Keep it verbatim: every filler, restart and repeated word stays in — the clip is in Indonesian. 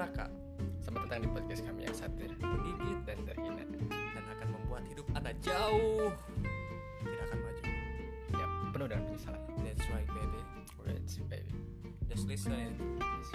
Raka. Selamat datang di podcast kami yang satir, menggigit dan terhina, dan akan membuat hidup Anda jauh tidak akan maju. ya penuh dengan penyesalan. That's right, baby. Alright, baby. Just listen. Yes.